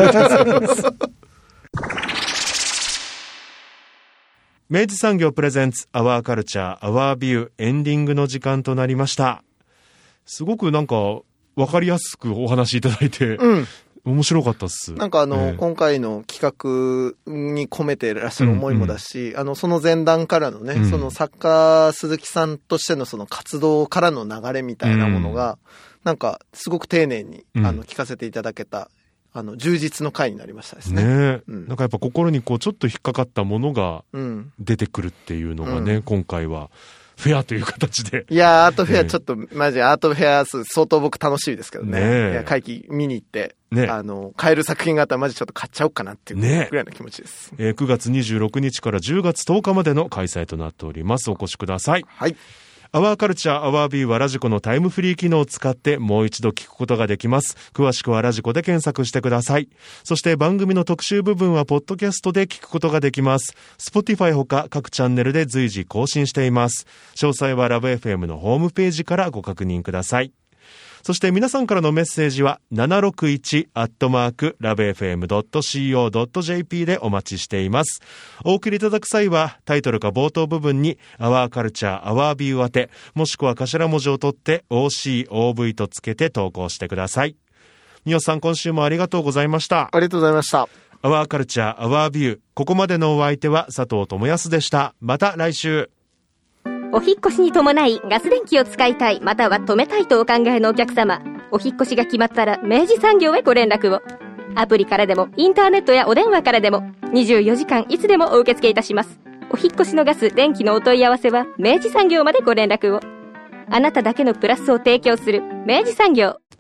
明治産業プレゼンツアワーカルチャーアワービューエンディングの時間となりました。すごくなんかわかりやすくお話いただいて、うん、面白かったっす。 なんかあの、えー、今回の企画に込めていらっしゃる思いもだし、うんうん、あの、その前段からのね、うん、その作家鈴木さんとしてのその活動からの流れみたいなものが、うん、なんかすごく丁寧に、うん、あの聞かせていただけた、あの充実の回になりましたですね。 ね、うん、なんかやっぱ心にこうちょっと引っかかったものが出てくるっていうのがね、うん、今回はフェアという形で。 いやー、アートフェアちょっと、マジアートフェア相当僕楽しみですけどね。ね、いや、会期見に行って、ね、あの、買える作品があったらマジちょっと買っちゃおうかなっていうぐらいの気持ちです。 ね、えー、くがつにじゅうろくにちからじゅうがつとおかまでの開催となっております。お越しください。 はい。 アワーカルチャーアワービューはラジコのタイムフリー機能を使ってもう一度聞くことができます。詳しくはラジコで検索してください。そして番組の特集部分はポッドキャストで聞くことができます。Spotify ほか各チャンネルで随時更新しています。詳細はラブ エフエム のホームページからご確認ください。そして皆さんからのメッセージはななろくいちアットマークラブエフエムドットシーオードットジェーピー でお待ちしています。お送りいただく際はタイトルか冒頭部分にアワーカルチャーアワービュー宛て、もしくは頭文字を取って オーシーオーブイ とつけて投稿してください。みよさん、今週もありがとうございました。 ありがとうございました。 アワーカルチャーアワービュー、ここまでのお相手は佐藤智康でした。また来週。 お引越しに伴いガス電気を使いたい、または止めたいとお考えのお客様、お引越しが決まったら明治産業へご連絡を。アプリからでもインターネットやお電話からでもにじゅうよじかんいつでもお受け付けいたします。お引越しのガス電気のお問い合わせは明治産業までご連絡を。あなただけのプラスを提供する明治産業。